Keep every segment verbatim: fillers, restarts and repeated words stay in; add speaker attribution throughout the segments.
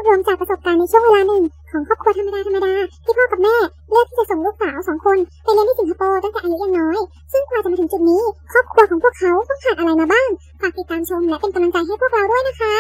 Speaker 1: รวมจากประสบการณ์ในช่วงเวลาหนึ่งของครอบครัวธรรมดาธรรมดาที่พ่อกับแม่เลือกที่จะส่งลูกสาวสองคนไปเรียนที่สิงคโปร์ตั้งแต่อายุยังน้อยซึ่งกว่าจะมาถึงจุดนี้ครอบครัวของพวกเขาต้องผ่านอะไรมาบ้างฝากติดตามชมและเป็นกำลังใจให้พวกเราด้วยนะคะ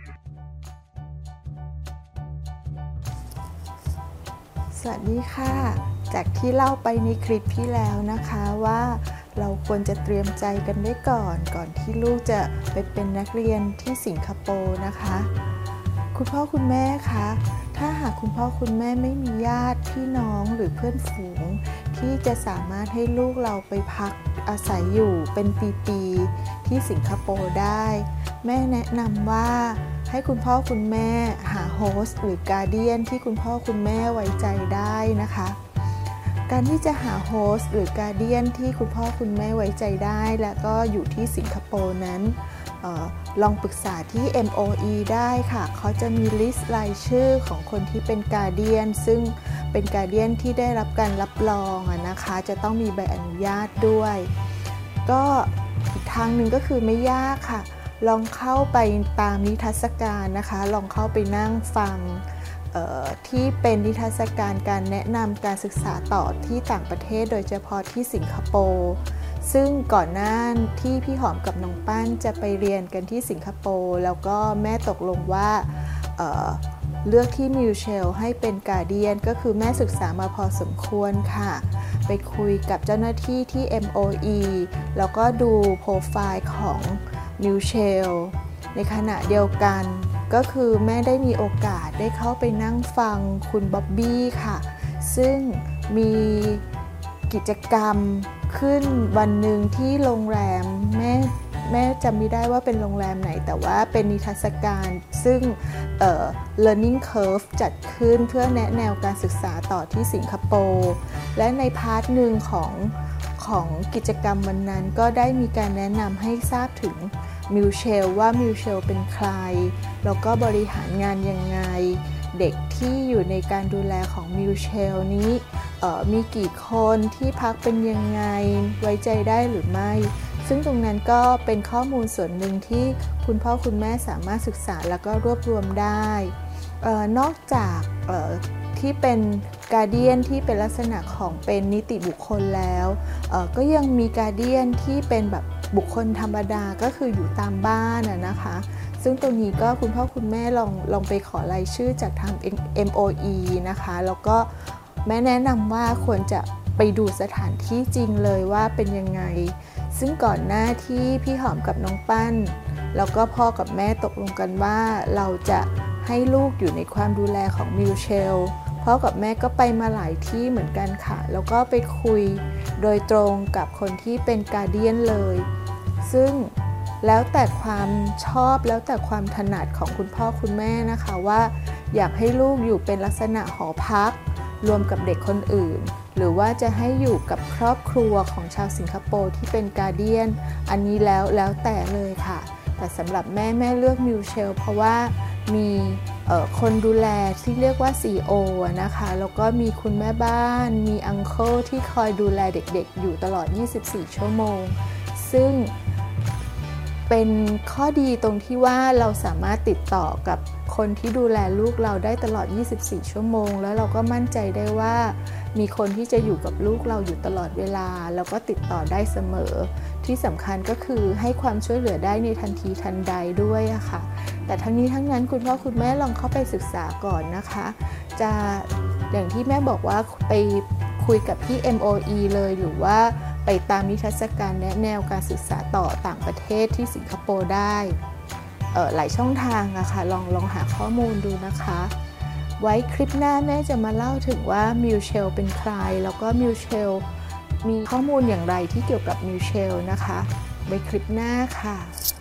Speaker 2: สวัสดีค่ะจากที่เล่าไปในคลิปที่แล้วนะคะว่าเราควรจะเตรียมใจกันไว้ก่อนก่อนที่ลูกจะไปเป็นนักเรียนที่สิงคโปร์นะคะคุณพ่อคุณแม่คะถ้าหากคุณพ่อคุณแม่ไม่มีญาติพี่น้องหรือเพื่อนฝูงที่จะสามารถให้ลูกเราไปพักอาศัยอยู่เป็นปีๆที่สิงคโปร์ได้แม่แนะนำว่าให้คุณพ่อคุณแม่หาโฮสต์หรือการ์เดียนที่คุณพ่อคุณแม่ไว้ใจได้นะคะการที่จะหาโฮสต์หรือการ์เดียนที่คุณพ่อคุณแม่ไว้ใจได้และก็อยู่ที่สิงคโปร์นั้นเอ่อลองปรึกษาที่ เอ็ม โอ อี ได้ค่ะเขาจะมีลิสต์รายชื่อของคนที่เป็นการ์เดียนซึ่งเป็นการ์เดียนที่ได้รับการรับรองนะคะจะต้องมีใบอนุญาตด้วยก็อีกทางหนึ่งก็คือไม่ยากค่ะลองเข้าไปตามนิทรรศการนะคะลองเข้าไปนั่งฟังที่เป็นนิทรรศการการแนะนำการศึกษาต่อที่ต่างประเทศโดยเฉพาะที่สิงคโปร์ซึ่งก่อนหน้าที่พี่หอมกับน้องปั้นจะไปเรียนกันที่สิงคโปร์แล้วก็แม่ตกลงว่าเอ่อเลือกที่มิวเชลให้เป็นการ์เดียนก็คือแม่ศึกษามาพอสมควรค่ะไปคุยกับเจ้าหน้าที่ที่ เอ็ม โอ อี แล้วก็ดูโปรไฟล์ของมิวเชลในขณะเดียวกันก็คือแม่ได้มีโอกาสได้เข้าไปนั่งฟังคุณบ๊อบบี้ค่ะซึ่งมีกิจกรรมขึ้นวันหนึ่งที่โรงแรมแม่แม่จำไม่ได้ว่าเป็นโรงแรมไหนแต่ว่าเป็นนิทรรศการซึ่งเอ่อ learning curve จัดขึ้นเพื่อแนะแนวการศึกษาต่อที่สิงคโปร์และในพาร์ทหนึ่งของของกิจกรรมวันนั้นก็ได้มีการแนะนำให้ทราบถึงมิวเชลว่ามิวเชลเป็นใครแล้วก็บริหารงานยังไงเด็กที่อยู่ในการดูแลของมิวเชลนี้มีกี่คนที่พักเป็นยังไงไว้ใจได้หรือไม่ซึ่งตรงนั้นก็เป็นข้อมูลส่วนหนึ่งที่คุณพ่อคุณแม่สามารถศึกษาแล้วก็รวบรวมได้นอกจากที่เป็นการ์เดียนที่เป็นลักษณะของเป็นนิติบุคคลแล้วก็ยังมีการ์เดียนที่เป็นแบบบุคคลธรรมดาก็คืออยู่ตามบ้านนะคะซึ่งตรงนี้ก็คุณพ่อคุณแม่ลองลองไปขอรายชื่อจากทาง เอ็ม โอ อี นะคะแล้วก็แม่แนะนำว่าควรจะไปดูสถานที่จริงเลยว่าเป็นยังไงซึ่งก่อนหน้าที่พี่หอมกับน้องปั้นแล้วก็พ่อกับแม่ตกลงกันว่าเราจะให้ลูกอยู่ในความดูแลของมิวเชลพ่อกับแม่ก็ไปมาหลายที่เหมือนกันค่ะแล้วก็ไปคุยโดยตรงกับคนที่เป็นการ์เดียนเลยซึ่งแล้วแต่ความชอบแล้วแต่ความถนัดของคุณพ่อคุณแม่นะคะว่าอยากให้ลูกอยู่เป็นลักษณะหอพักรวมกับเด็กคนอื่นหรือว่าจะให้อยู่กับครอบครัวของชาวสิงคโปร์ที่เป็นการ์เดียนอันนี้แล้วแล้วแต่เลยค่ะแต่สำหรับแม่แม่เลือกมิวเชลเพราะว่ามีคนดูแลที่เรียกว่า ซี โอ นะคะแล้วก็มีคุณแม่บ้านมีอังเคิลที่คอยดูแลเด็กๆอยู่ตลอดยี่สิบสี่ชั่วโมงซึ่งเป็นข้อดีตรงที่ว่าเราสามารถติดต่อกับคนที่ดูแลลูกเราได้ตลอดยี่สิบสี่ชั่วโมงแล้วเราก็มั่นใจได้ว่ามีคนที่จะอยู่กับลูกเราอยู่ตลอดเวลาแล้วก็ติดต่อได้เสมอที่สำคัญก็คือให้ความช่วยเหลือได้ในทันทีทันใดด้วยอะค่ะแต่ทั้งนี้ทั้งนั้นคุณพ่อคุณแม่ลองเข้าไปศึกษาก่อนนะคะจะอย่างที่แม่บอกว่าไปคุยกับที่ เอ็ม โอ อี เลยหรือว่าไปตามนิทรรศการแนะแนวการศึกษาต่อต่างประเทศที่สิงคโปร์ได้หลายช่องทางอะค่ะลองลองหาข้อมูลดูนะคะไว้คลิปหน้าแม่จะมาเล่าถึงว่ามิวเชลเป็นใครแล้วก็มิวเชลมีข้อมูลอย่างไรที่เกี่ยวกับมิวเชลนะคะไว้คลิปหน้าค่ะ